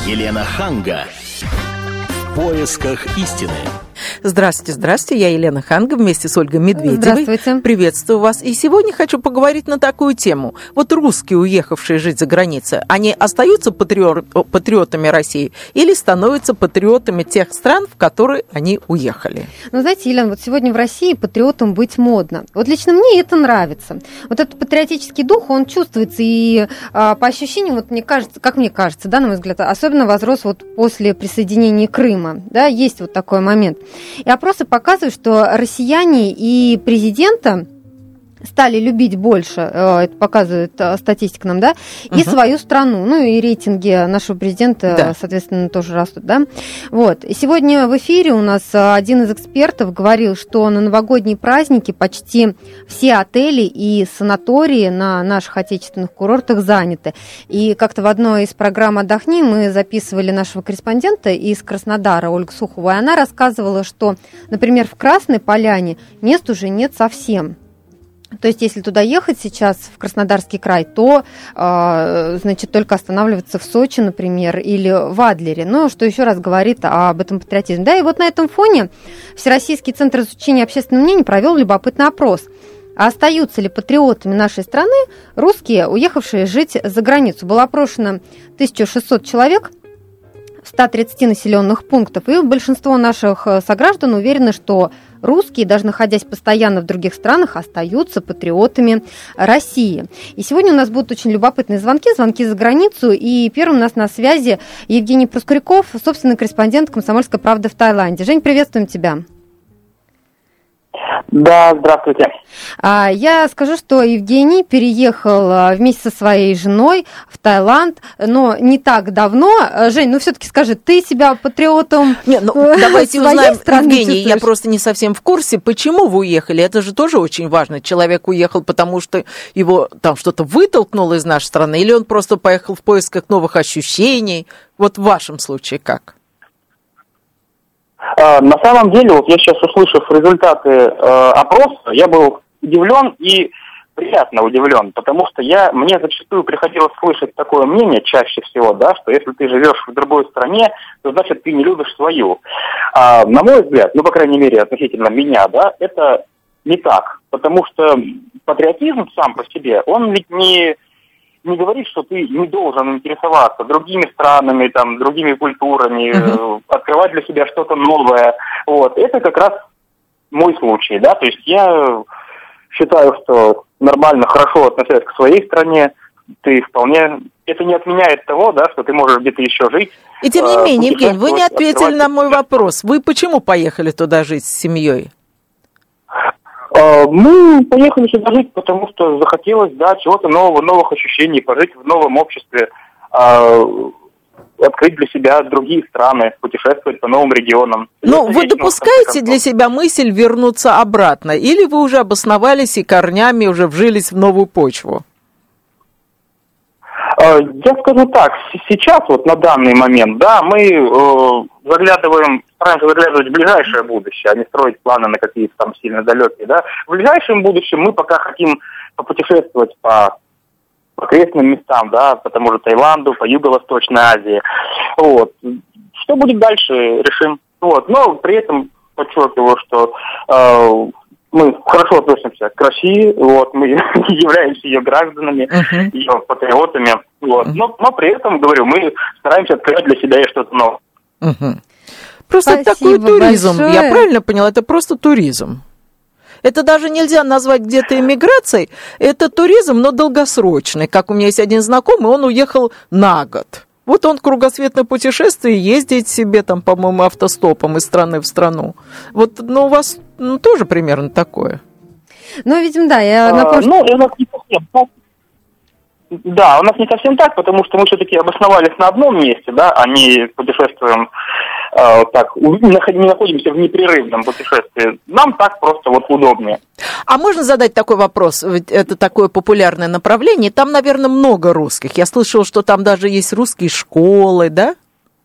Елена Ханга. В поисках истины. Здравствуйте, я Елена Ханга вместе с Ольгой Медведевой. Здравствуйте. Приветствую вас. И сегодня хочу поговорить на такую тему. Вот русские, уехавшие жить за границей, они остаются патриотами России или становятся патриотами тех стран, в которые они уехали? Ну, знаете, Елена, вот сегодня в России патриотом быть модно. Вот лично мне это нравится. Вот этот патриотический дух, он чувствуется, и по ощущениям, вот мне кажется, как мне кажется, да, на мой взгляд, особенно возрос вот после присоединения Крыма, да, есть вот такой момент. И опросы показывают, что россияне и президента стали любить больше, это показывает статистика нам, да, и свою страну, ну и рейтинги нашего президента, да, соответственно, тоже растут, да. Вот. И сегодня в эфире у нас один из экспертов говорил, что на новогодние праздники почти все отели и санатории на наших отечественных курортах заняты. И как-то в одной из программ «Отдохни» мы записывали нашего корреспондента из Краснодара, Ольгу Сухову, и она рассказывала, что, например, в Красной Поляне мест уже нет совсем. То есть, если туда ехать сейчас, в Краснодарский край, то, значит, только останавливаться в Сочи, например, или в Адлере. Но что еще раз говорит об этом патриотизме. Да, и вот на этом фоне Всероссийский центр изучения общественного мнения провел любопытный опрос. А остаются ли патриотами нашей страны русские, уехавшие жить за границу? Было опрошено 1600 человек в 130 населенных пунктах, и большинство наших сограждан уверены, что русские, даже находясь постоянно в других странах, остаются патриотами России. И сегодня у нас будут очень любопытные звонки за границу, и первым у нас на связи Евгений Проскуряков, собственный корреспондент «Комсомольской правды» в Таиланде. Жень, приветствуем тебя. Да, здравствуйте. Я скажу, что Евгений переехал вместе со своей женой в Таиланд, но не так давно. Жень, ну все-таки скажи, ты себя патриотом давайте узнаем, Евгений, чувствуешь? Я просто не совсем в курсе, почему вы уехали. Это же тоже очень важно. Человек уехал, потому что его там что-то вытолкнуло из нашей страны, или он просто поехал в поисках новых ощущений? Вот в вашем случае как? На самом деле, вот я сейчас, услышав результаты опроса, я был удивлен и приятно удивлен, потому что мне зачастую приходилось слышать такое мнение чаще всего, да, что если ты живешь в другой стране, то значит ты не любишь свою. На мой взгляд, ну, по крайней мере, относительно меня, да, это не так, потому что патриотизм сам по себе, он ведь не говорит, что ты не должен интересоваться другими странами, там, другими культурами, открывать для себя что-то новое. Вот. Это как раз мой случай, да, то есть я считаю, что нормально, хорошо относясь к своей стране, ты вполне... Это не отменяет того, да, что ты можешь где-то еще жить. И тем не менее, Евгений, вы не ответили на мой вопрос. Вы почему поехали туда жить с семьей? Мы поехали сюда жить, потому что захотелось, да, чего-то нового, новых ощущений, пожить в новом обществе, открыть для себя другие страны, путешествовать по новым регионам. Ну, вы допускаете для себя мысль вернуться обратно, или вы уже обосновались и корнями уже вжились в новую почву? Я скажу так, сейчас, вот на данный момент, да, мы стараемся заглядывать в ближайшее будущее, а не строить планы на какие-то там сильно далекие, да. В ближайшем будущем мы пока хотим попутешествовать по окрестным местам, да, по тому же Таиланду, по Юго-Восточной Азии. Вот. Что будет дальше, решим. Вот. Но при этом подчеркиваю, что мы хорошо относимся к России, вот, мы являемся ее гражданами, ее патриотами, вот. Но при этом, говорю, мы стараемся открывать для себя и что-то новое. Просто это такой туризм, большое. Я правильно поняла, это просто туризм. Это даже нельзя назвать где-то иммиграцией, это туризм, но долгосрочный. Как у меня есть один знакомый, он уехал на год. Вот он кругосветное путешествие, ездит себе там, по-моему, автостопом из страны в страну. Вот, у вас тоже примерно такое. Ну, видимо, да, я напомню. У нас не совсем так. Да, у нас не совсем так, потому что мы все-таки обосновались на одном месте, да, а не путешествуем не находимся в непрерывном путешествии. Нам так просто вот удобнее. А можно задать такой вопрос? Ведь это такое популярное направление. Там, наверное, много русских. Я слышала, что там даже есть русские школы, да?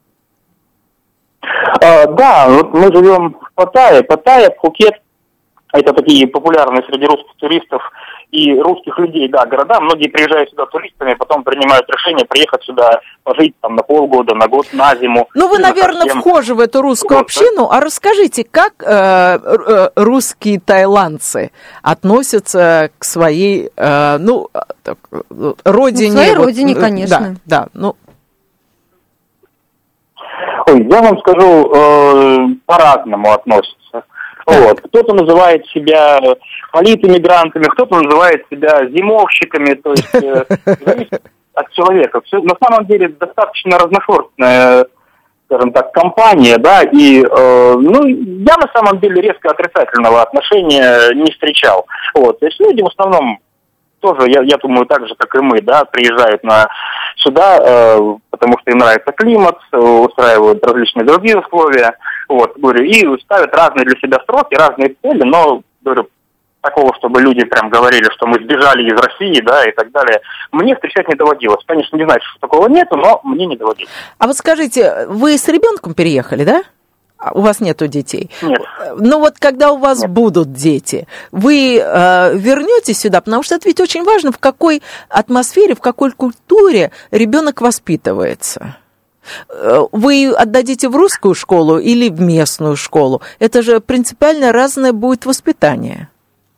Да, вот мы живем в Паттайе, Пхукет. это такие популярные среди русских туристов и русских людей, да, города. Многие приезжают сюда туристами, потом принимают решение приехать сюда, пожить там на полгода, на год, на зиму. Ну, вы, наверное, вхожи в эту русскую общину. А расскажите, как русские тайландцы относятся к своей, родине? К своей родине, конечно. Да. Ой, я вам скажу, по-разному относятся. Вот. Кто-то называет себя политэмигрантами, кто-то называет себя зимовщиками, то есть зависит от человека. Все, на самом деле достаточно разношерстная, скажем так, компания, да, и я на самом деле резко отрицательного отношения не встречал. Вот. То есть люди в основном тоже, я думаю, так же, как и мы, да, приезжают сюда, потому что им нравится климат, устраивают различные другие условия, вот, говорю, и ставят разные для себя сроки, разные цели, но, говорю, такого, чтобы люди прям говорили, что мы сбежали из России, да, и так далее, мне встречать не доводилось. Конечно, не знаю, что такого нету, но мне не доводилось. А вот скажите, вы с ребенком переехали, да? У вас нету детей? Нет. Ну вот когда у вас будут дети, вы вернетесь сюда, потому что это ведь очень важно, в какой атмосфере, в какой культуре ребенок воспитывается. Вы отдадите в русскую школу или в местную школу? Это же принципиально разное будет воспитание.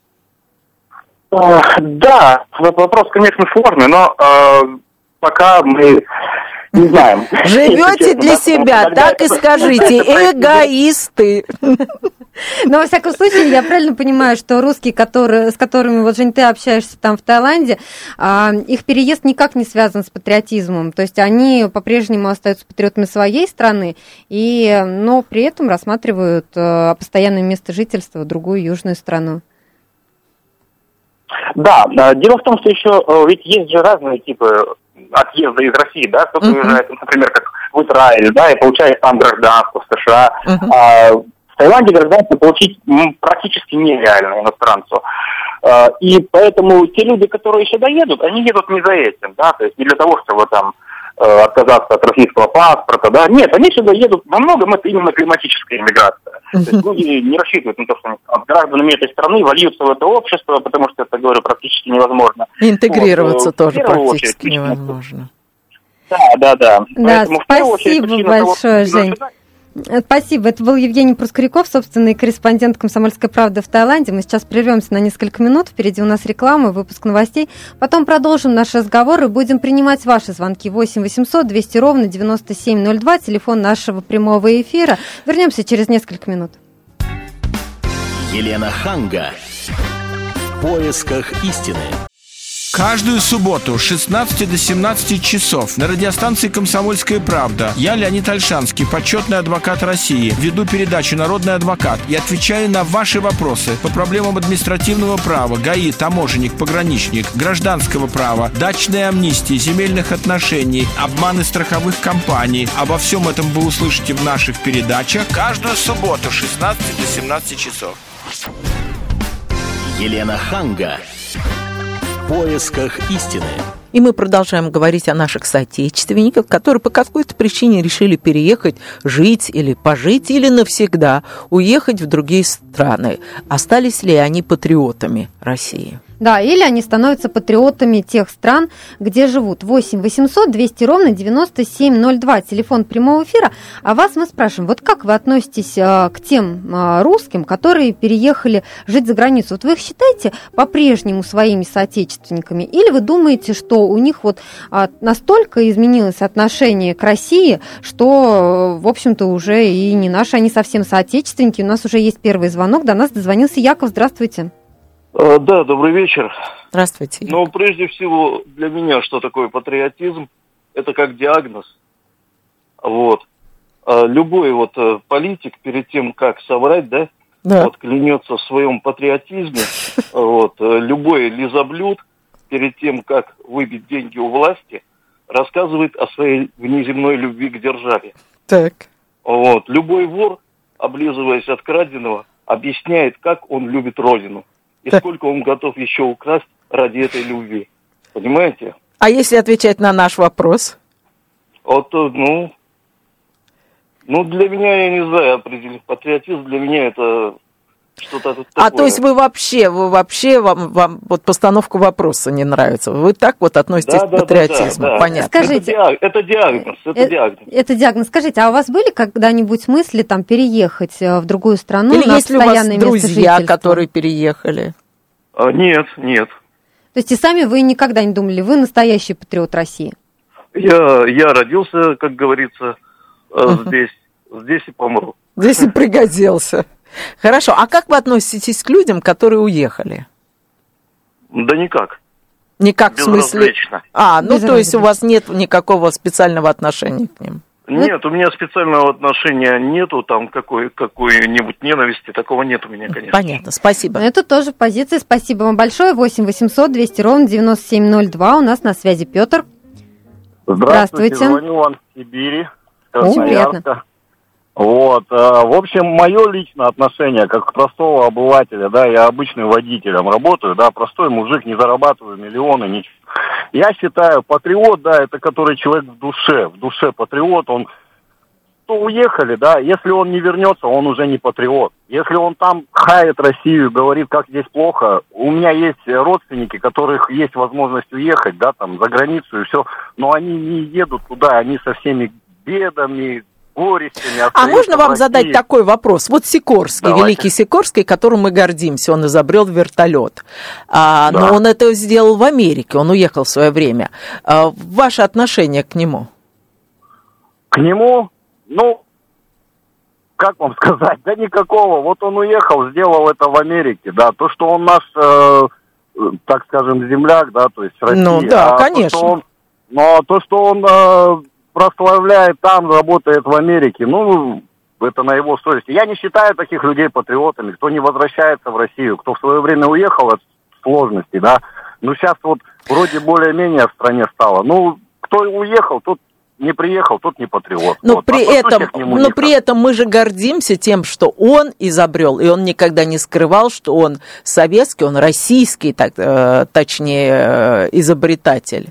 Да, вопрос, конечно, сложный, но пока мы не знаем. Живете для себя, так и скажите, эгоисты. Но, во всяком случае, я правильно понимаю, что русские, с которыми, вот, Жень, ты общаешься там в Таиланде, их переезд никак не связан с патриотизмом. То есть они по-прежнему остаются патриотами своей страны, но при этом рассматривают постоянное место жительства в другую южную страну. Да, дело в том, что еще ведь есть же разные типы отъезда из России, да, кто-то уезжает, например, как в Израиль, да, и получает там гражданство в США. В Таиланде гражданство получить практически нереально иностранцу. И поэтому те люди, которые сюда едут, они едут не за этим, да, то есть не для того, чтобы там отказаться от российского паспорта, да, нет, они сюда едут, во многом это именно климатическая иммиграция. То есть люди не рассчитывают на то, что гражданами этой страны вольются в это общество, потому что это, говорю, практически невозможно. Интегрироваться тоже практически невозможно. Да. Да, спасибо большое, Жень. Спасибо. Это был Евгений Проскуряков, собственный корреспондент «Комсомольской правды» в Таиланде. Мы сейчас прервемся на несколько минут. Впереди у нас реклама, выпуск новостей. Потом продолжим наш разговор и будем принимать ваши звонки. 8 800 200 ровно 9702, телефон нашего прямого эфира. Вернемся через несколько минут. Елена Ханга. В поисках истины. Каждую субботу с 16 до 17 часов на радиостанции «Комсомольская правда» я, Леонид Ольшанский, почетный адвокат России, веду передачу «Народный адвокат» и отвечаю на ваши вопросы по проблемам административного права, ГАИ, таможенник, пограничник, гражданского права, дачной амнистии, земельных отношений, обманы страховых компаний. Обо всем этом вы услышите в наших передачах каждую субботу с 16 до 17 часов. Елена Ханга. В поисках истины. И мы продолжаем говорить о наших соотечественниках, которые по какой-то причине решили переехать, жить или пожить, или навсегда уехать в другие страны. Остались ли они патриотами России? Да, или они становятся патриотами тех стран, где живут. 8 800 200 ровно 9702, телефон прямого эфира. А вас мы спрашиваем, вот как вы относитесь к тем русским, которые переехали жить за границу? Вот вы их считаете по-прежнему своими соотечественниками? Или вы думаете, что у них вот настолько изменилось отношение к России, что, в общем-то, уже и не наши, они совсем соотечественники? У нас уже есть первый звонок, до нас дозвонился Яков, здравствуйте. Да, добрый вечер. Здравствуйте. Ну, прежде всего, для меня что такое патриотизм? Это как диагноз. Вот. Любой вот политик перед тем, как соврать, да. Вот клянется в своем патриотизме. Вот. Любой лизоблюд перед тем, как выбить деньги у власти, рассказывает о своей внеземной любви к державе. Так. Вот. Любой вор, облизываясь от краденого, объясняет, как он любит родину. И сколько он готов еще украсть ради этой любви. Понимаете? А если отвечать на наш вопрос? Вот, для меня, я не знаю, определить. Патриотизм для меня это Что-то то есть вы вообще вам вот постановка вопроса не нравится? Вы так вот относитесь к патриотизму? Да. Понятно. Скажите, это диагноз. Это диагноз. Скажите, а у вас были когда-нибудь мысли там переехать в другую страну или на есть ли у вас постоянное место друзья, жительства? которые переехали? Нет. То есть и сами вы никогда не думали, вы настоящий патриот России? Я родился, как говорится, здесь и помру. Здесь и пригодился. Хорошо, а как вы относитесь к людям, которые уехали? Да никак. Никак, в смысле? То есть у вас нет никакого специального отношения к ним? Нет, у меня специального отношения нету, там какой-нибудь ненависти, такого нет у меня, конечно. Понятно, спасибо. Это тоже позиция, спасибо вам большое. 8 800 200 ровно 9702, у нас на связи Петр. Здравствуйте, звоню вам с Сибири, с Красноярска. Вот, в общем, мое личное отношение, как простого обывателя, да, я обычным водителем работаю, да, простой мужик, не зарабатываю миллионы, ничего. Я считаю, патриот, да, это который человек в душе патриот, он, уехали, да, если он не вернется, он уже не патриот. Если он там хаит Россию, говорит, как здесь плохо, у меня есть родственники, у которых есть возможность уехать, да, там, за границу и все, но они не едут туда, они со всеми бедами, а можно вам задать такой вопрос? Вот Сикорский, великий Сикорский, которым мы гордимся, он изобрел вертолет. Но он это сделал в Америке, он уехал в свое время. Ваше отношение к нему? К нему? Как вам сказать? Да никакого. Вот он уехал, сделал это в Америке, да. То, что он наш, так скажем, земляк, да, то есть Россия. Ну да, конечно. То, что он прославляет там, работает в Америке, это на его совести. Я не считаю таких людей патриотами, кто не возвращается в Россию, кто в свое время уехал от сложностей, да. Сейчас вот вроде более-менее в стране стало. Кто уехал, тот не приехал, тот не патриот. Но при этом мы же гордимся тем, что он изобрел, и он никогда не скрывал, что он советский, он российский, точнее, изобретатель.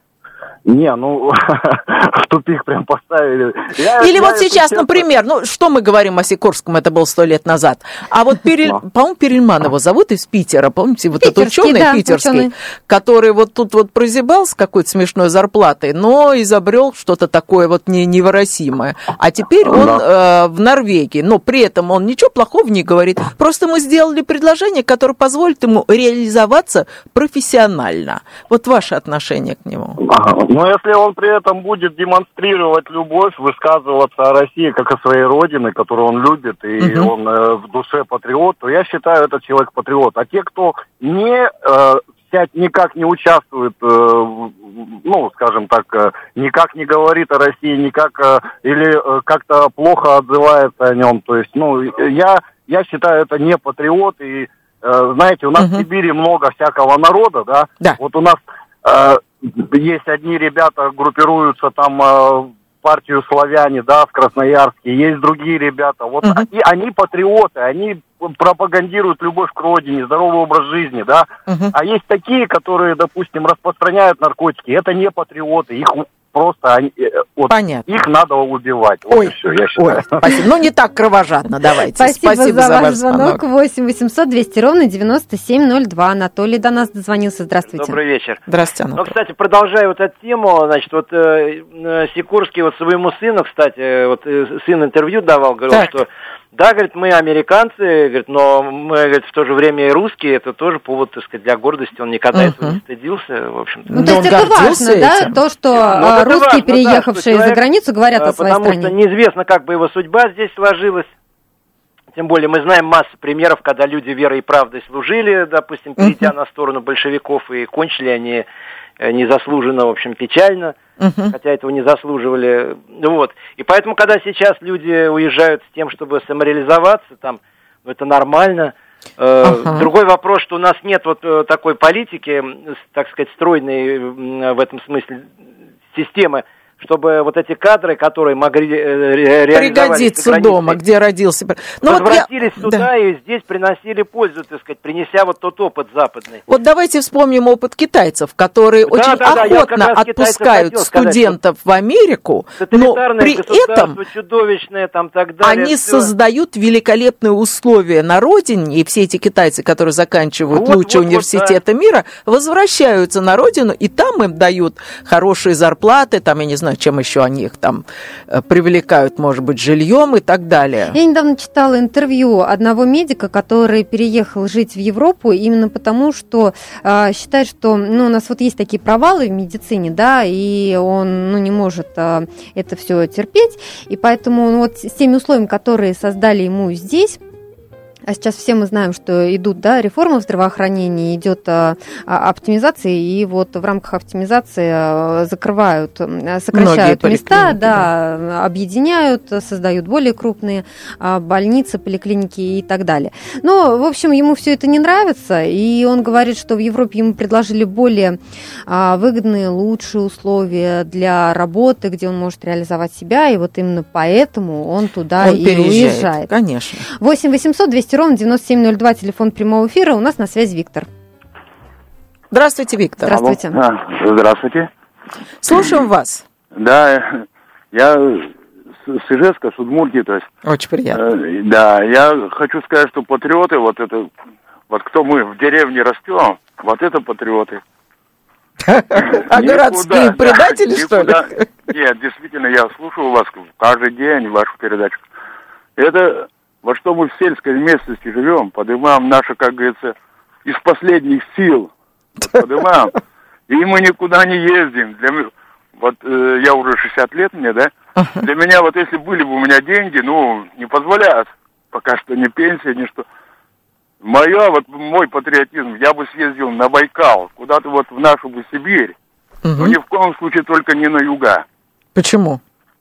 В тупик прям поставили. Или вот сейчас, например, что мы говорим о Сикорском, это было 100 лет назад. А вот, по-моему, Перельман его зовут из Питера, помните, вот этот ученый питерский, который вот тут вот прозябал с какой-то смешной зарплатой, но изобрел что-то такое вот невыразимое. А теперь он в Норвегии, но при этом он ничего плохого не говорит. Просто мы сделали предложение, которое позволит ему реализоваться профессионально. Вот ваше отношение к нему. Но если он при этом будет демонстрировать любовь, высказываться о России как о своей родине, которую он любит, и он в душе патриот, то я считаю, этот человек патриот. А те, кто никак не участвует, скажем так, никак не говорит о России, или как-то плохо отзывается о нем, то есть, я считаю, это не патриот, и, знаете, у нас в Сибири много всякого народа, да? Вот у нас есть одни ребята, группируются там в партию «Славяне», да, в Красноярске, есть другие ребята, вот они патриоты, они пропагандируют любовь к родине, здоровый образ жизни, да, а есть такие, которые, допустим, распространяют наркотики, это не патриоты, их просто, их надо убивать. Вот все, я считаю. Спасибо. Не так кровожадно, давайте. Спасибо за ваш звонок. 8 800 200 ровно 9702. Анатолий до нас дозвонился. Здравствуйте. Добрый вечер. Здравствуйте, Анатолий. Кстати, продолжая вот эту тему, значит, вот Сикорский вот своему сыну, кстати, вот сын интервью давал, говорил, что да, говорит, мы американцы, говорит, но мы, говорит, в то же время и русские, это тоже повод, так сказать, для гордости, он никогда этого не стыдился, в общем-то. То есть это важно, да, то, что русские, переехавшие за границу, говорят о своей стране? Потому что неизвестно, как бы его судьба здесь сложилась. Тем более мы знаем массу примеров, когда люди верой и правдой служили, допустим, перейдя на сторону большевиков, и кончили они незаслуженно, в общем, печально, хотя этого не заслуживали. Вот. И поэтому, когда сейчас люди уезжают с тем, чтобы самореализоваться, там, это нормально. Другой вопрос, что у нас нет вот такой политики, так сказать, стройной в этом смысле системы, чтобы вот эти кадры, которые могли пригодиться дома, где родился. Возвратились сюда и здесь приносили пользу, так сказать, принеся вот тот опыт западный. Вот давайте вспомним опыт китайцев, которые очень охотно отпускают студентов в Америку, но при этом чудовищное, там, так далее, они создают великолепные условия на родине, и все эти китайцы, которые заканчивают лучшие университеты мира, возвращаются на родину, и там им дают хорошие зарплаты, там, я не знаю, чем еще они их там привлекают, может быть, жильем и так далее. Я недавно читала интервью одного медика, который переехал жить в Европу именно потому, что считает, что у нас вот есть такие провалы в медицине, да, и он не может это все терпеть, и поэтому вот с теми условиями, которые создали ему здесь. А сейчас все мы знаем, что идут, да, реформы в здравоохранении, идет оптимизация, и вот в рамках оптимизации сокращают места, да, объединяют, создают более крупные больницы, поликлиники и так далее. Но, в общем, ему все это не нравится, и он говорит, что в Европе ему предложили более выгодные, лучшие условия для работы, где он может реализовать себя, и вот именно поэтому он туда уезжает. Конечно. 8 800 200 ровно 9702, телефон прямого эфира. У нас на связи Виктор. Здравствуйте, Виктор. Здравствуйте. Здравствуйте. Слушаем вас. Да, я с Ижевска, с Удмуртии, то есть. Очень приятно. Да, я хочу сказать, что патриоты, вот кто мы в деревне растем, вот это патриоты. А городские предатели, что ли? Нет, действительно, я слушаю вас каждый день, вашу передачу. Это... Во что мы в сельской местности живем, поднимаем наши, как говорится, из последних сил. Поднимаем. И мы никуда не ездим. Я уже 60 лет мне, да? Для меня, вот если были бы у меня деньги, не позволяют. Пока что ни пенсия, ни что. Мой патриотизм, я бы съездил на Байкал, куда-то вот в нашу бы Сибирь. Но ни в коем случае только не на юга. Почему?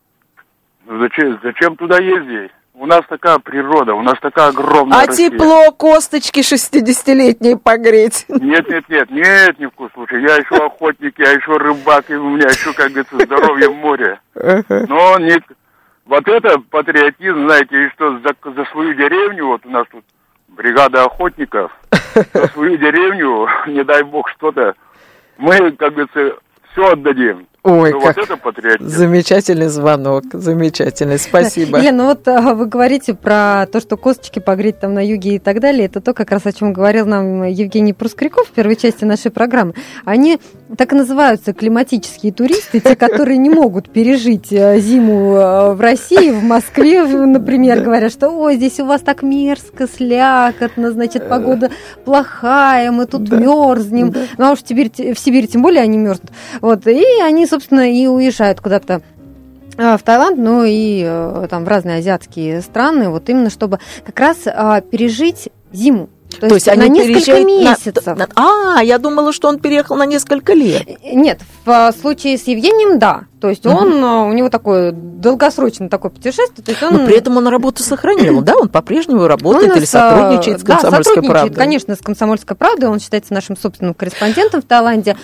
Зачем туда ездить? У нас такая природа, у нас такая огромная Россия. Тепло, косточки 60-летние погреть? Нет, ни в коем случае. Я еще охотник, я еще рыбак, и у меня еще, как говорится, здоровье в море. Но вот это патриотизм, знаете, и что за свою деревню, вот у нас тут бригада охотников, за свою деревню, не дай бог что-то, мы, как говорится, все отдадим. Ой, как вот это патриотизм. Замечательный звонок, замечательный, спасибо. Елена, вот вы говорите про то, что косточки погреть там на юге и так далее, это то, как раз о чем говорил нам Евгений Прускряков в первой части нашей программы. Они так и называются климатические туристы, те, которые не могут пережить зиму в России, в Москве, например, говорят, что ой, здесь у вас так мерзко, слякотно, значит, погода плохая, мы тут мерзнем, ну а уж в Сибири тем более они мерзнут. Вот, и они, собственно, и уезжают куда-то в Таиланд, ну и там в разные азиатские страны, вот именно чтобы как раз пережить зиму. То есть они на несколько месяцев. Я думала, что он переехал на несколько лет. Нет, в случае с Евгением, да. То есть у него такое долгосрочное такое путешествие. То есть но при этом он работу сохранил, да? Он по-прежнему работает или сотрудничает с «Комсомольской правдой»? Конечно, с «Комсомольской правдой». Он считается нашим собственным корреспондентом в Таиланде.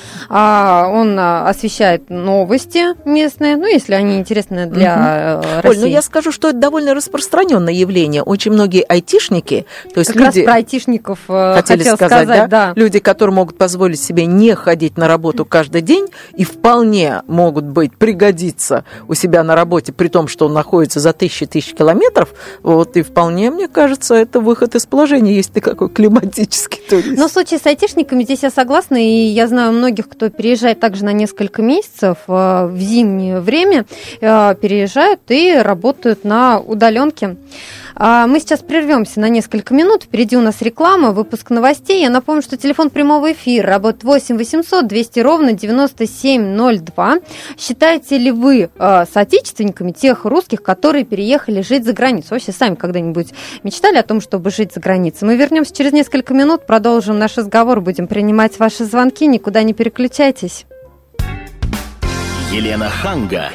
Он освещает новости местные, если они интересны для России. Оль, я скажу, что это довольно распространенное явление. Очень многие айтишники, то есть как люди... раз про айтишников хотели сказать, да? Люди, которые могут позволить себе не ходить на работу каждый день и вполне могут быть пригодиться у себя на работе, при том, что он находится за тысячи километров, вот, и вполне, мне кажется, это выход из положения, есть такой климатический турист. Но в случае с айтишниками здесь я согласна, и я знаю многих, кто переезжает также на несколько месяцев в зимнее время, переезжают и работают на удаленке. Мы сейчас прервемся на несколько минут. Впереди у нас реклама, выпуск новостей. Я напомню, что телефон прямого эфира работает 8 800 200 ровно 9702. Считаете ли вы соотечественниками тех русских, которые переехали жить за границу? Вообще сами когда-нибудь мечтали о том, чтобы жить за границей? Мы вернемся через несколько минут, продолжим наш разговор, будем принимать ваши звонки. Никуда не переключайтесь. Елена Ханга.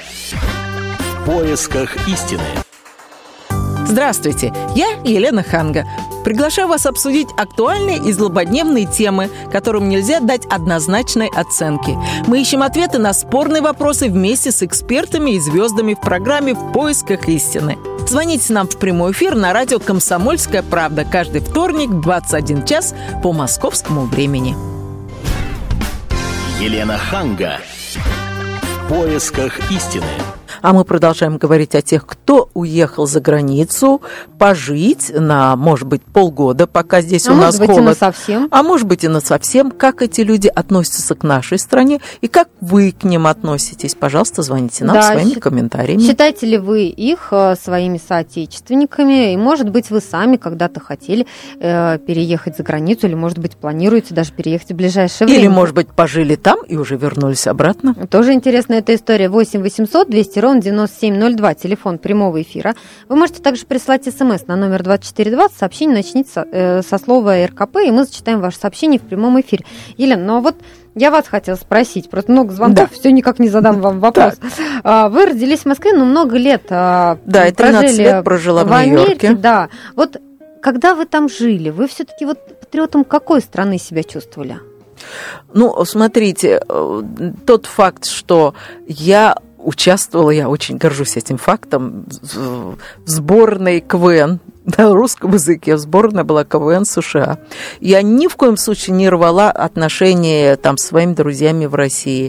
В поисках истины. Здравствуйте, я Елена Ханга. Приглашаю вас обсудить актуальные и злободневные темы, которым нельзя дать однозначной оценки. Мы ищем ответы на спорные вопросы вместе с экспертами и звездами в программе «В поисках истины». Звоните нам в прямой эфир на радио «Комсомольская правда» каждый вторник в 21 час по московскому времени. Елена Ханга. В поисках истины. А мы продолжаем говорить о тех, кто уехал за границу пожить на, может быть, полгода, пока здесь у нас холод. А может быть, и насовсем. А может быть, и насовсем. Как эти люди относятся к нашей стране и как вы к ним относитесь? Пожалуйста, звоните нам своими комментариями. Считаете ли вы их своими соотечественниками? И, может быть, вы сами когда-то хотели переехать за границу, или, может быть, планируете даже переехать в ближайшее время? Или, может быть, пожили там и уже вернулись обратно? Тоже интересная эта история. 8 800 200 9702, телефон прямого эфира. Вы можете также прислать смс на номер 2420, сообщение начните со слова РКП, и мы зачитаем ваше сообщение в прямом эфире. Елена, ну а вот я вас хотела спросить, просто много звонков, все никак не задам вам вопрос. Вы родились в Москве, но много лет я 13 лет прожила в Нью-Йорке. Да, вот когда вы там жили, вы все-таки вот патриотом какой страны себя чувствовали? Ну, смотрите, тот факт, что я участвовала, я очень горжусь этим фактом, в сборной КВН, на русском языке, сборная была КВН США. Я ни в коем случае не рвала отношения там с своими друзьями в России.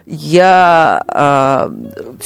Я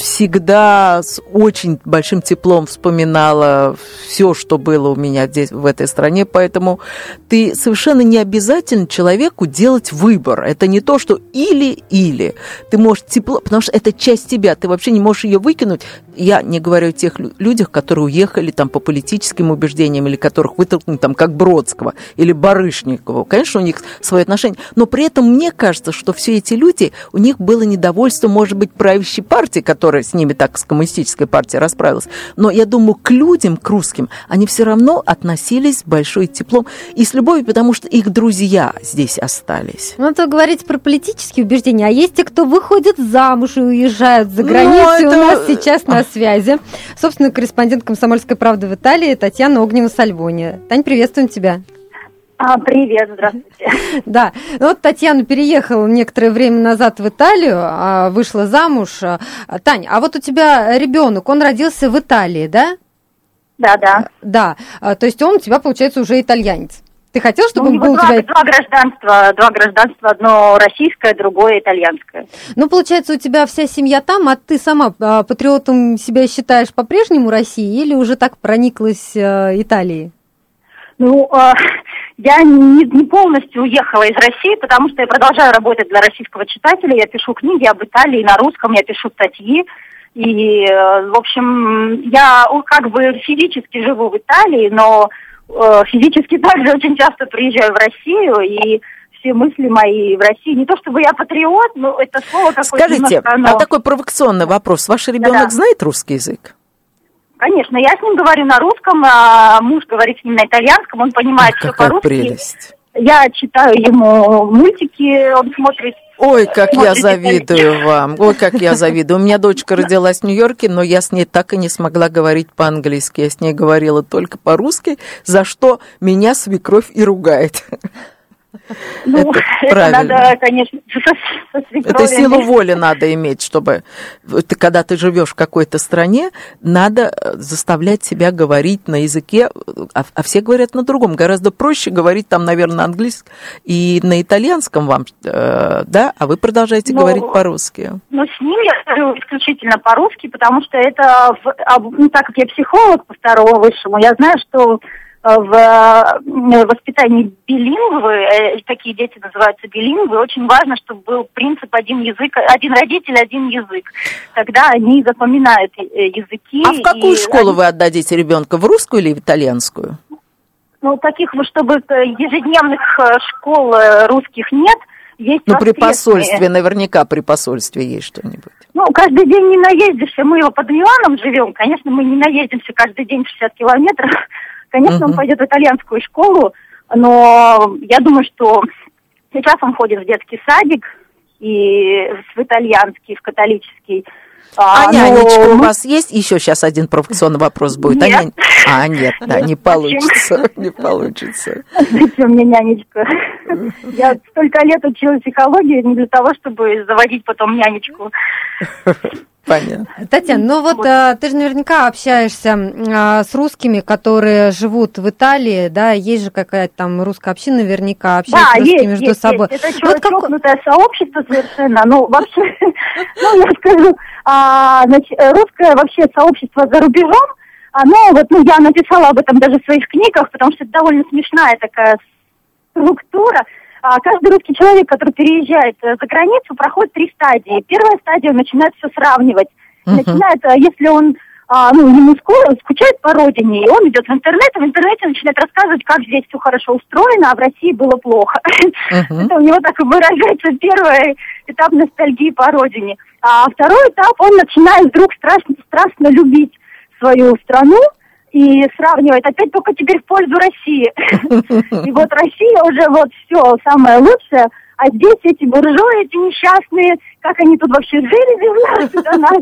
всегда с очень большим теплом вспоминала все, что было у меня здесь, в этой стране, поэтому ты совершенно не обязательно человеку делать выбор. Это не то, что или-или. Ты можешь тепло, потому что это часть тебя, ты вообще не можешь ее выкинуть. Я не говорю о тех людях, которые уехали там по политическим убеждениям, или которых вытолкнули там как Бродского или Барышникова. Конечно, у них свои отношения. Но при этом мне кажется, что все эти люди, у них было недовольство, может быть, правящей партии, которая с ними так, с коммунистической партией расправилась. Но я думаю, к людям, к русским, они все равно относились с большой теплом и с любовью, потому что их друзья здесь остались. Ну, то говорить про политические убеждения. А есть те, кто выходит замуж и уезжают за границу. У нас сейчас на связи собственно корреспондент «Комсомольской правды» в Италии Татьяна Огнева-Сальвони. Тань, приветствуем тебя. Привет, здравствуйте. Да, ну вот Татьяна переехала некоторое время назад в Италию, вышла замуж. Тань, а вот у тебя ребенок, он родился в Италии, да? Да. Да, то есть он у тебя, получается, уже итальянец. Ты хотел, чтобы он был у тебя... Два гражданства, одно российское, другое итальянское. Ну, получается, у тебя вся семья там, а ты сама патриотом себя считаешь по-прежнему России или уже так прониклась Италией? Ну, я не полностью уехала из России, потому что я продолжаю работать для российского читателя. Я пишу книги об Италии на русском, я пишу статьи. И, в общем, я как бы физически живу в Италии, но физически также очень часто приезжаю в Россию, и все мысли мои в России. Не то чтобы я патриот, но это слово какое-то... Скажите, такой провокационный вопрос. Ваш ребенок знает русский язык? Конечно, я с ним говорю на русском, а муж говорит с ним на итальянском, он понимает все по-русски. Прелесть. Я читаю ему мультики, он смотрит... Ой, как я завидую вам. Ой, как я завидую. У меня дочка родилась в Нью-Йорке, но я с ней так и не смогла говорить по-английски. Я с ней говорила только по-русски, за что меня свекровь и ругает. Ну, это надо, конечно, со свекровью. Это силу воли надо иметь, чтобы когда ты живешь в какой-то стране, надо заставлять себя говорить на языке, а все говорят на другом. Гораздо проще говорить там, наверное, на английском и на итальянском вам, да, а вы продолжаете говорить по-русски. Ну, с ним я говорю исключительно по-русски, потому что это, так как я психолог по второму высшему, я знаю, что в воспитании билингвы, такие дети называются билингвы, очень важно, чтобы был принцип один язык, один родитель, один язык. Тогда они запоминают языки. А в какую школу вы отдадите ребенка, в русскую или в итальянскую? Ну, таких, чтобы ежедневных школ русских нет. Есть при посольстве, наверняка при посольстве есть что-нибудь. Ну, каждый день не наездишься. Мы его под Миланом живем. Конечно, мы не наездимся каждый день 60 километров. Конечно, он пойдет в итальянскую школу, но я думаю, что сейчас он ходит в детский садик, и в итальянский, в католический. А нянечка у вас есть? Еще сейчас один провокационный вопрос будет. Нет. Нет, да, не получится. Не получится. Зачем мне нянечка? Я столько лет училась психологии не для того, чтобы заводить потом нянечку. Понятно. Татьяна, ну вот ты же наверняка общаешься с русскими, которые живут в Италии, да, есть же какая-то там русская община, наверняка общаются русскими между собой. Это чокнутое сообщество совершенно, вообще, я скажу, значит, русское вообще сообщество за рубежом, я написала об этом даже в своих книгах, потому что это довольно смешная такая структура. Каждый русский человек, который переезжает за границу, проходит 3 стадии. Первая стадия, он начинает все сравнивать. Начинает, если он ему скучает по родине, и он идет в интернете начинает рассказывать, как здесь все хорошо устроено, а в России было плохо. Это у него так и выражается первый этап ностальгии по родине. А второй этап, он начинает вдруг страстно любить свою страну, и сравнивает опять только теперь в пользу России. И вот Россия уже все самое лучшее, а здесь эти буржуи, эти несчастные, как они тут вообще жили без нас.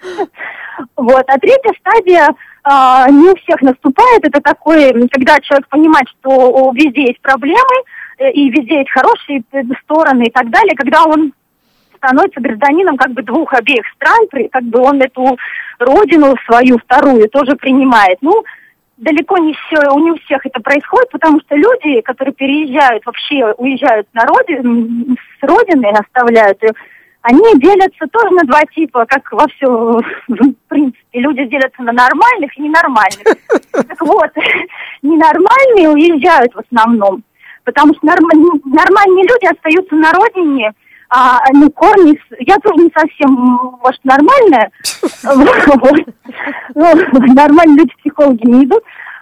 А третья стадия не у всех наступает. Это такое, когда человек понимает, что везде есть проблемы, и везде есть хорошие стороны и так далее, когда он становится гражданином обеих стран, он эту родину свою вторую тоже принимает. Далеко не у всех это происходит, потому что люди, которые переезжают, вообще уезжают с родины, оставляют ее, они делятся тоже на 2 типа, как во всем, в принципе. Люди делятся на нормальных и ненормальных. Так вот, ненормальные уезжают в основном, потому что нормальные люди остаются на родине. Корни, я тоже не совсем, может, нормальная. Нормальные люди, психологи не идут.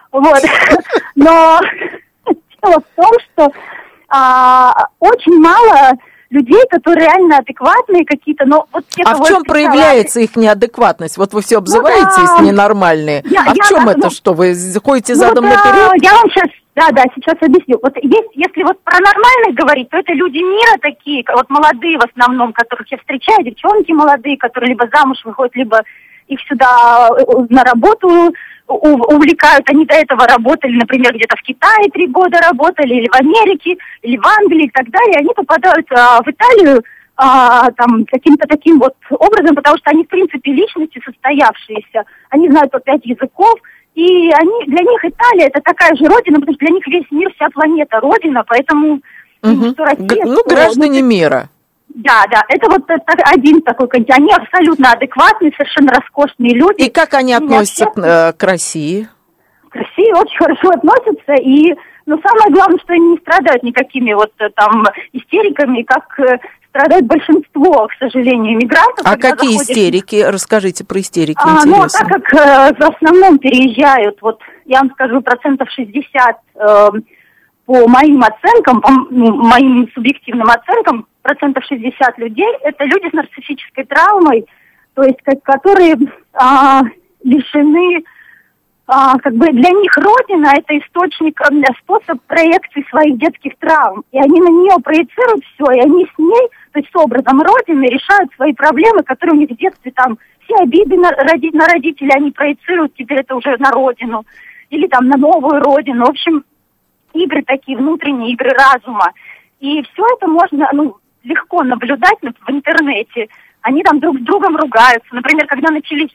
Но дело в том, что очень мало людей, которые реально адекватные какие-то, но в чем проявляется их неадекватность? Вот вы все обзываетесь ненормальные. В чем это, что вы ходите задом наперед? Я вам сейчас объясню. Если про нормальных говорить, то это люди мира такие, молодые в основном, которых я встречаю, девчонки молодые, которые либо замуж выходят, либо их сюда на работу увлекают. Они до этого работали, например, где-то в Китае 3 года работали, или в Америке, или в Англии и так далее. Они попадают в Италию каким-то таким образом, потому что они, в принципе, личности состоявшиеся. Они знают по 5 языков. И для них Италия это такая же родина, потому что для них весь мир, вся планета родина, поэтому что Россия... граждане мира. Да, это один такой континент. Они абсолютно адекватные, совершенно роскошные люди. И как они относятся к России? К России очень хорошо относятся, и самое главное, что они не страдают никакими истериками, как страдает большинство, к сожалению, иммигрантов. А какие истерики? Расскажите про истерики, интересно. Так как в основном переезжают, я вам скажу, 60% по моим оценкам, моим субъективным оценкам, 60% людей, это люди с нарциссической травмой, то есть которые лишены, для них родина – это источник, способ проекции своих детских травм. И они на нее проецируют все, и они с ней, то есть с образом родины, решают свои проблемы, которые у них в детстве все обиды на родителей они проецируют, теперь это уже на родину, или на новую родину. В общем, игры такие, внутренние игры разума. И все это можно, легко наблюдать в интернете. Они друг с другом ругаются. Например, когда начались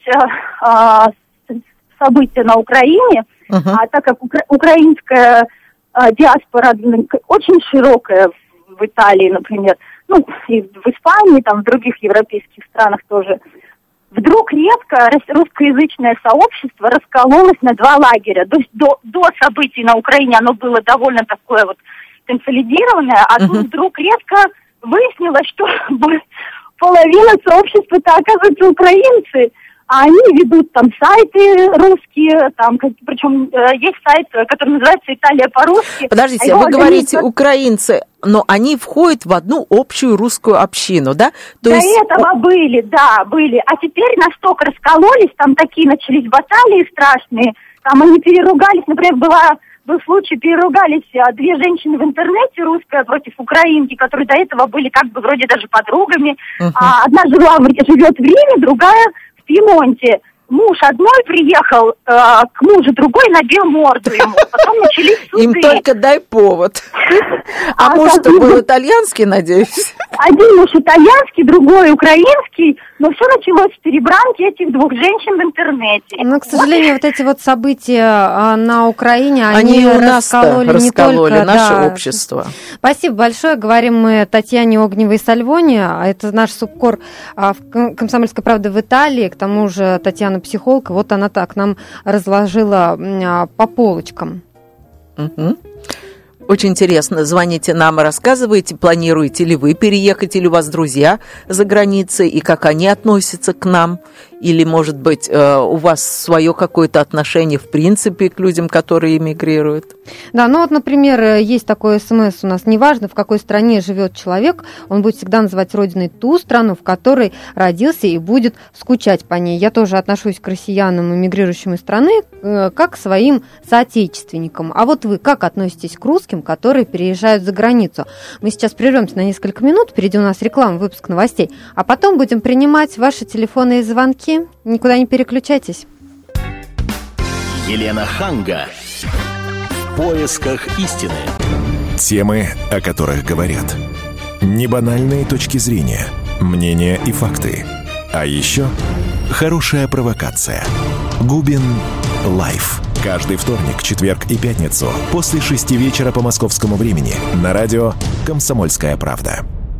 события на Украине, так как украинская диаспора очень широкая в Италии, например, и в Испании, в других европейских странах тоже, вдруг резко русскоязычное сообщество раскололось на 2 лагеря. То есть до событий на Украине оно было довольно такое консолидированное, а тут вдруг резко выяснилось, что половина сообщества-то, оказывается, украинцы. А они ведут сайты русские, причем есть сайт, который называется «Италия по-русски». Подождите, вы говорите украинцы, но они входят в одну общую русскую общину, да? До этого были. А теперь настолько раскололись, такие начались баталии страшные, они переругались. Например, была был случай, переругались две женщины в интернете, русская против украинки, которые до этого были как бы вроде даже подругами. Одна живет в Риме, другая в Пьемонте. Муж одной приехал к мужу, другой набил морду ему. Потом начались суды. Им только дай повод. А муж-то был итальянский, надеюсь? Один муж итальянский, другой украинский. Но все началось с перебранки этих двух женщин в интернете. Но, к сожалению, вот эти вот события на Украине, они раскололи не только наше общество. Спасибо большое. Говорим мы Татьяне Огневой-Сальвоне. Это наш субкор в «Комсомольской правде» в Италии. К тому же Татьяна психолог. Вот она так нам разложила по полочкам. Очень интересно. Звоните нам и рассказывайте, планируете ли вы переехать, или у вас друзья за границей, и как они относятся к нам. Или, может быть, у вас свое какое-то отношение, в принципе, к людям, которые эмигрируют. Да, ну вот, например, есть такой СМС у нас. Неважно, в какой стране живет человек, он будет всегда называть родиной ту страну, в которой родился, и будет скучать по ней. Я тоже отношусь к россиянам, эмигрирующим из страны, как к своим соотечественникам. А вот вы как относитесь к русским, которые переезжают за границу? Мы сейчас прервемся на несколько минут, впереди у нас реклама, выпуск новостей, а потом будем принимать ваши телефонные звонки. Никуда не переключайтесь. Елена Ханга. В поисках истины. Темы, о которых говорят. Небанальные точки зрения, мнения и факты. А еще хорошая провокация. Губин Лайф. Каждый вторник, четверг и пятницу после 6 вечера по московскому времени на радио «Комсомольская правда».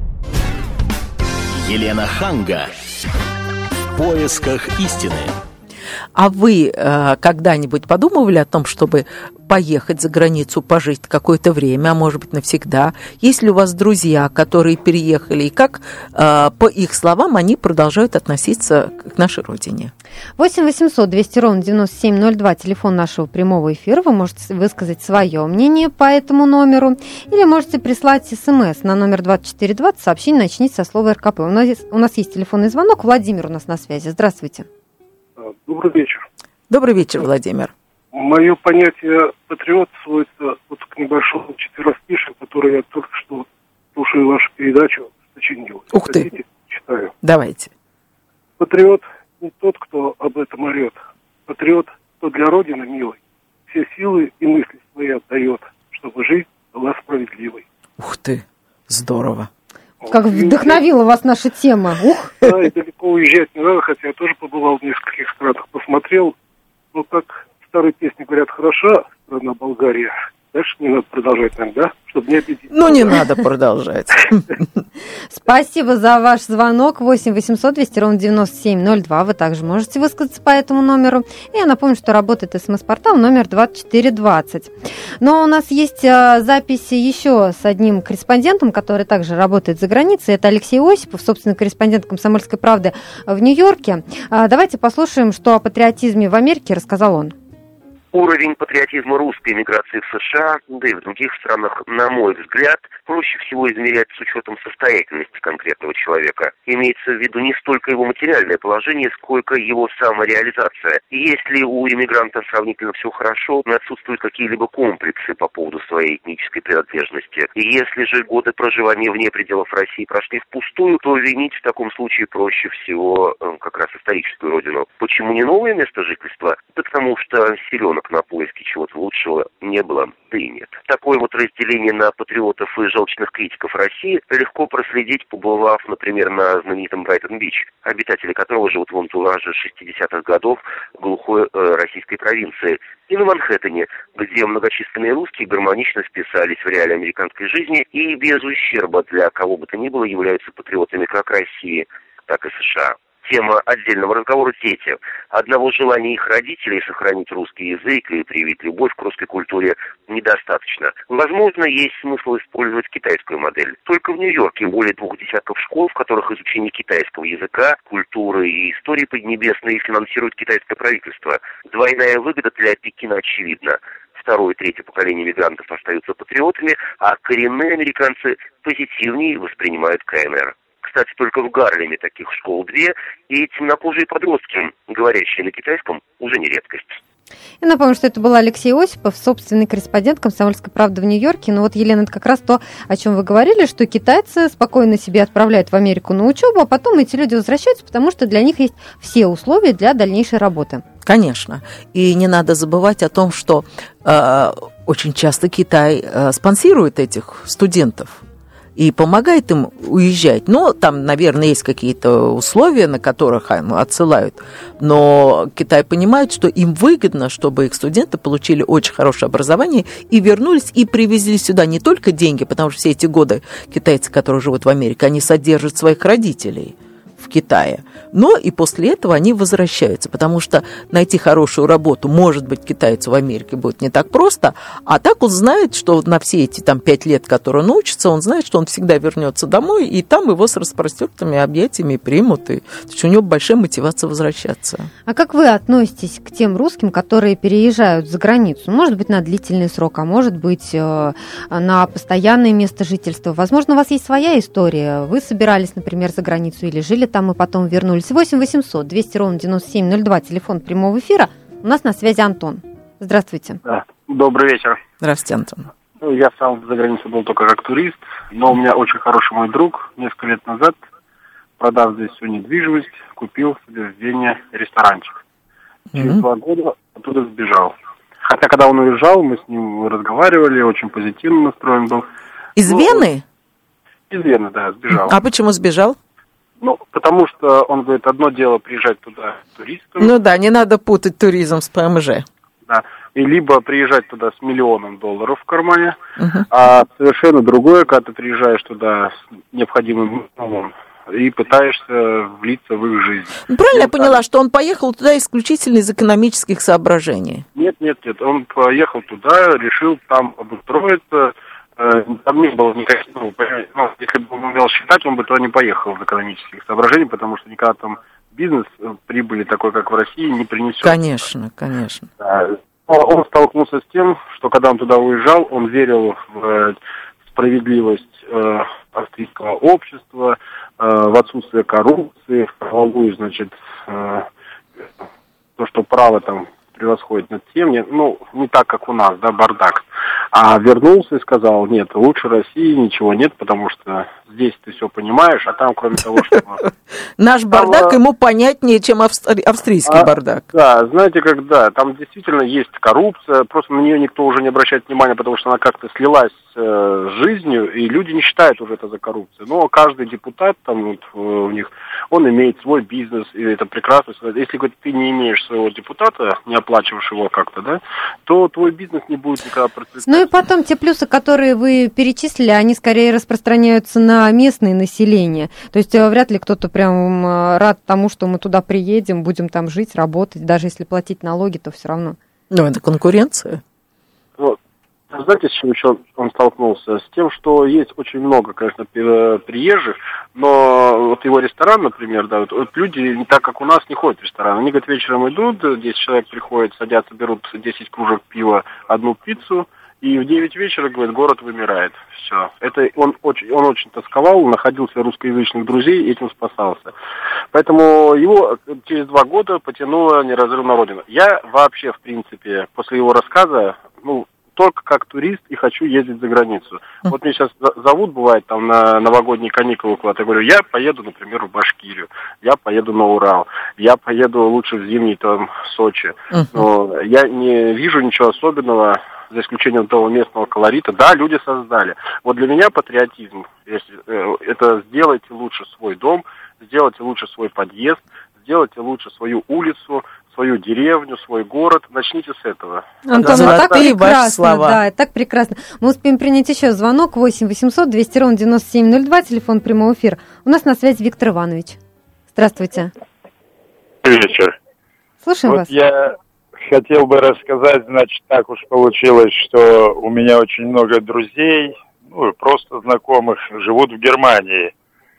Елена Ханга. В поисках истины. А вы когда-нибудь подумывали о том, чтобы поехать за границу, пожить какое-то время, а может быть навсегда? Есть ли у вас друзья, которые переехали, и как, по их словам, они продолжают относиться к нашей родине? 8 800 200 ровно 9702, телефон нашего прямого эфира. Вы можете высказать свое мнение по этому номеру, или можете прислать СМС на номер 2420, сообщение начните со слова РКП. У нас есть телефонный звонок. Владимир у нас на связи. Здравствуйте. Добрый вечер. Добрый вечер, Владимир. Мое понятие патриот сводится вот к небольшому четверостишию, который я только что слушаю вашу передачу, сочинил. Ух ты. Хотите, читаю. Давайте. Патриот не тот, кто об этом орет. Патриот, кто для Родины милый, все силы и мысли свои отдает, чтобы жизнь была справедливой. Ух ты, здорово. Как вдохновила вас наша тема. Ух! Да, и далеко уезжать не надо, хотя я тоже побывал в нескольких странах, посмотрел. Ну, как в старой песне говорят, хороша страна Болгария. Дальше не надо продолжать, наверное, да? Чтобы не обидеть. Ну, не надо продолжать. Спасибо за ваш звонок. 8 800 200 ровно 9702. Вы также можете высказаться по этому номеру. И я напомню, что работает СМС-портал номер 2420. Но у нас есть записи еще с одним корреспондентом, который также работает за границей. Это Алексей Осипов, собственно, корреспондент «Комсомольской правды» в Нью-Йорке. Давайте послушаем, что о патриотизме в Америке рассказал он. Уровень патриотизма русской миграции в США, да и в других странах, на мой взгляд, проще всего измерять с учетом состоятельности конкретного человека. Имеется в виду не столько его материальное положение, сколько его самореализация. И если у иммигранта сравнительно все хорошо, но отсутствуют какие-либо комплексы по поводу своей этнической принадлежности. И если же годы проживания вне пределов России прошли впустую, то винить в таком случае проще всего как раз историческую родину. Почему не новое место жительства? Да потому что силенок на поиски чего-то лучшего не было, да и нет. Такое вот разделение на патриотов и желчных критиков России легко проследить, побывав, например, на знаменитом Брайтон-Бич, обитатели которого живут в антураже 60-х годов глухой российской провинции, и на Манхэттене, где многочисленные русские гармонично вписались в реалии американской жизни и без ущерба для кого бы то ни было являются патриотами как России, так и США. Тема отдельного разговора – дети. Одного желания их родителей сохранить русский язык и привить любовь к русской культуре недостаточно. Возможно, есть смысл использовать китайскую модель. Только в Нью-Йорке более 2 десятков школ, в которых изучение китайского языка, культуры и истории Поднебесной финансирует китайское правительство. Двойная выгода для Пекина очевидна. Второе и третье поколение мигрантов остаются патриотами, а коренные американцы позитивнее воспринимают КНР. Кстати, только в Гарлеме таких школ 2, и темнокожие подростки, говорящие на китайском, уже не редкость. Я напомню, что это был Алексей Осипов, собственный корреспондент «Комсомольской правды» в Нью-Йорке. Но вот, Елена, это как раз то, о чем вы говорили, что китайцы спокойно себе отправляют в Америку на учебу, а потом эти люди возвращаются, потому что для них есть все условия для дальнейшей работы. Конечно. И не надо забывать о том, что очень часто Китай спонсирует этих студентов и помогает им уезжать. Но там, наверное, есть какие-то условия, на которых им отсылают. Но Китай понимает, что им выгодно, чтобы их студенты получили очень хорошее образование и вернулись, и привезли сюда не только деньги, потому что все эти годы китайцы, которые живут в Америке, они содержат своих родителей в Китае. Но и после этого они возвращаются, потому что найти хорошую работу, может быть, китайцу в Америке будет не так просто, а так он знает, что на все эти 5 лет, которые он учится, он знает, что он всегда вернется домой, и там его с распростертыми объятиями примут, и то есть у него большая мотивация возвращаться. А как вы относитесь к тем русским, которые переезжают за границу? Может быть, на длительный срок, а может быть, на постоянное место жительства? Возможно, у вас есть своя история. Вы собирались, например, за границу или жили там и потом вернулись. 8 800 200 ровно 9702, телефон прямого эфира. У нас на связи Антон. Здравствуйте. Да. Добрый вечер. Здравствуйте, Антон. Я сам за границей был только как турист, но у меня очень хороший мой друг несколько лет назад, продав здесь всю недвижимость, купил себе в Вене ресторанчик. Через 2 года оттуда сбежал. Хотя, когда он уезжал, мы с ним разговаривали, очень позитивно настроен был. Из Вены? Из Вены, да, сбежал. А почему сбежал? Потому что он говорит, одно дело приезжать туда туристом. Ну да, не надо путать туризм с ПМЖ. Да, и либо приезжать туда с $1 миллион в кармане, а совершенно другое, когда ты приезжаешь туда с необходимым минимумом и пытаешься влиться в их жизнь. Правильно я поняла, что он поехал туда исключительно из экономических соображений? Нет, он поехал туда, решил там обустроиться. Там не было никаких, если бы он умел считать, он бы туда не поехал в экономических соображениях, потому что никогда там бизнес прибыли такой, как в России, не принесет. Конечно. Да. Он столкнулся с тем, что когда он туда уезжал, он верил в справедливость австрийского общества, в отсутствие коррупции, в правовую, то, что право там превосходит над тем, не так, как у нас, да, бардак. А вернулся и сказал, нет, лучше России ничего нет, потому что здесь ты все понимаешь, а там, кроме того, что... Наш бардак ему понятнее, чем австрийский бардак. Да, знаете, там действительно есть коррупция, просто на нее никто уже не обращает внимания, потому что она как-то слилась с жизнью, и люди не считают уже это за коррупцию. Но каждый депутат там у них, он имеет свой бизнес, и это прекрасно. Если ты не имеешь своего депутата, не оплачиваешь его как-то, да, то твой бизнес не будет никогда процветать. Ну и потом те плюсы, которые вы перечислили, они скорее распространяются на местное население. То есть вряд ли кто-то прям рад тому, что мы туда приедем, будем там жить, работать, даже если платить налоги, то все равно. Ну, это конкуренция. Знаете, с чем еще он столкнулся? С тем, что есть очень много, конечно, приезжих, но вот его ресторан, например, да, вот люди не так, как у нас, не ходят в ресторан. Они, говорят, вечером идут, 10 человек приходят, садятся, берут 10 кружек пива, 1 пиццу, и в 9 вечера, говорит, город вымирает. Все. Это он очень тосковал, находил себе русскоязычных друзей, и этим спасался. Поэтому его через 2 года потянуло неразрывно на родину. Я вообще, в принципе, после его рассказа, только как турист и хочу ездить за границу. Вот меня сейчас зовут, бывает, там на новогодние каникулы куда-то. Я говорю, я поеду, например, в Башкирию, я поеду на Урал, я поеду лучше в зимний, там, Сочи. Но я не вижу ничего особенного, за исключением того местного колорита. Да, люди создали. Вот для меня патриотизм, это сделайте лучше свой дом, сделайте лучше свой подъезд, сделайте лучше свою улицу, свою деревню, свой город. Начните с этого. Антон, так прекрасно, да, так прекрасно. Мы успеем принять еще звонок. 8 800 200 ровно 9702, телефон прямого эфира. У нас на связи Виктор Иванович. Здравствуйте. Добрый вечер. Слушаем вас. Я хотел бы рассказать, значит, так уж получилось, что у меня очень много друзей, и просто знакомых, живут в Германии.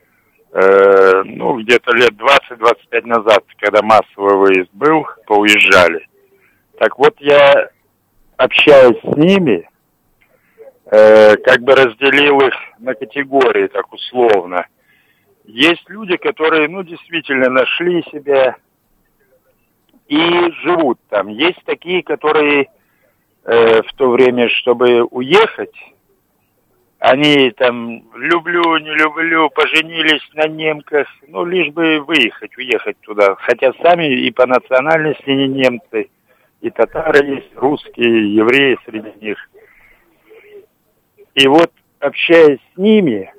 Где-то лет 20-25 назад, когда массовый выезд был, поуезжали. Так вот, я, общаясь с ними, как бы разделил их на категории, так условно. Есть люди, которые, действительно нашли себя и живут там. Есть такие, которые в то время, чтобы уехать, они там люблю, не люблю, поженились на немках, ну, лишь бы выехать, уехать туда. Хотя сами и по национальности не немцы, и татары есть, русские, евреи среди них. И вот, общаясь с ними,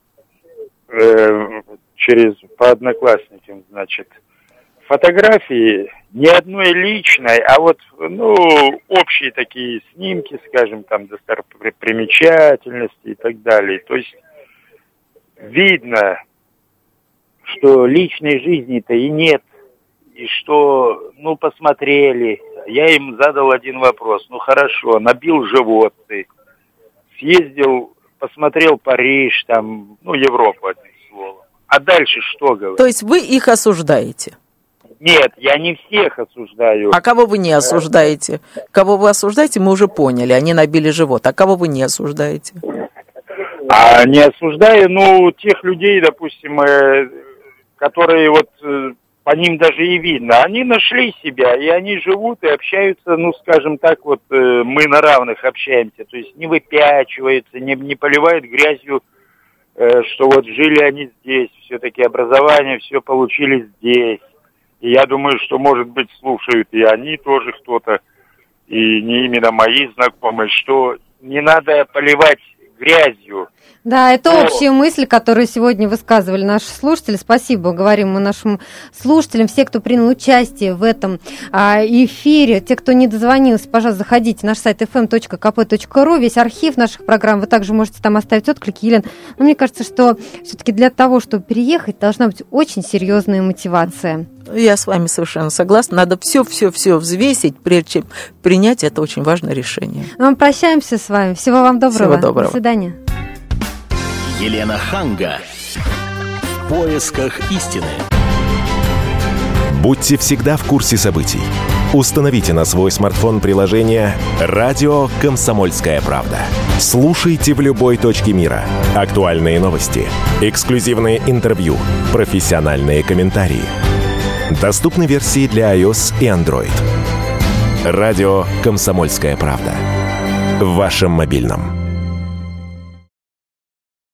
по одноклассникам, значит, фотографии не одной личной, а вот, общие такие снимки, скажем, там, достопримечательности и так далее. То есть видно, что личной жизни-то и нет, и что, посмотрели. Я им задал один вопрос. Хорошо, набил живот ты, съездил, посмотрел Париж, там, Европу, одним словом. А дальше что говорить? То есть вы их осуждаете? Нет, я не всех осуждаю. А кого вы не осуждаете? Кого вы осуждаете, мы уже поняли, они набили живот. А кого вы не осуждаете? А не осуждаю, тех людей, допустим, которые по ним даже и видно. Они нашли себя, и они живут и общаются, скажем так, мы на равных общаемся. То есть не выпячиваются, не поливают грязью, что жили они здесь, все-таки образование все получили здесь. И я думаю, что, может быть, слушают и они тоже кто-то, и не именно мои знакомые, что не надо поливать грязью. Да, это общие мысли, которые сегодня высказывали наши слушатели. Спасибо, говорим мы нашим слушателям. Все, кто принял участие в этом эфире, те, кто не дозвонился, пожалуйста, заходите на наш сайт fm.kp.ru. Весь архив наших программ, вы также можете там оставить отклики. Елена, мне кажется, что все-таки для того, чтобы переехать, должна быть очень серьезная мотивация. Я с вами совершенно согласна. Надо все взвесить, прежде чем принять это очень важное решение. Мы прощаемся с вами. Всего вам доброго. Всего доброго. До свидания. Елена Ханга. В поисках истины. Будьте всегда в курсе событий. Установите на свой смартфон приложение «Радио Комсомольская правда». Слушайте в любой точке мира. Актуальные новости, эксклюзивные интервью, профессиональные комментарии. Доступны версии для iOS и Android. «Радио Комсомольская правда». В вашем мобильном.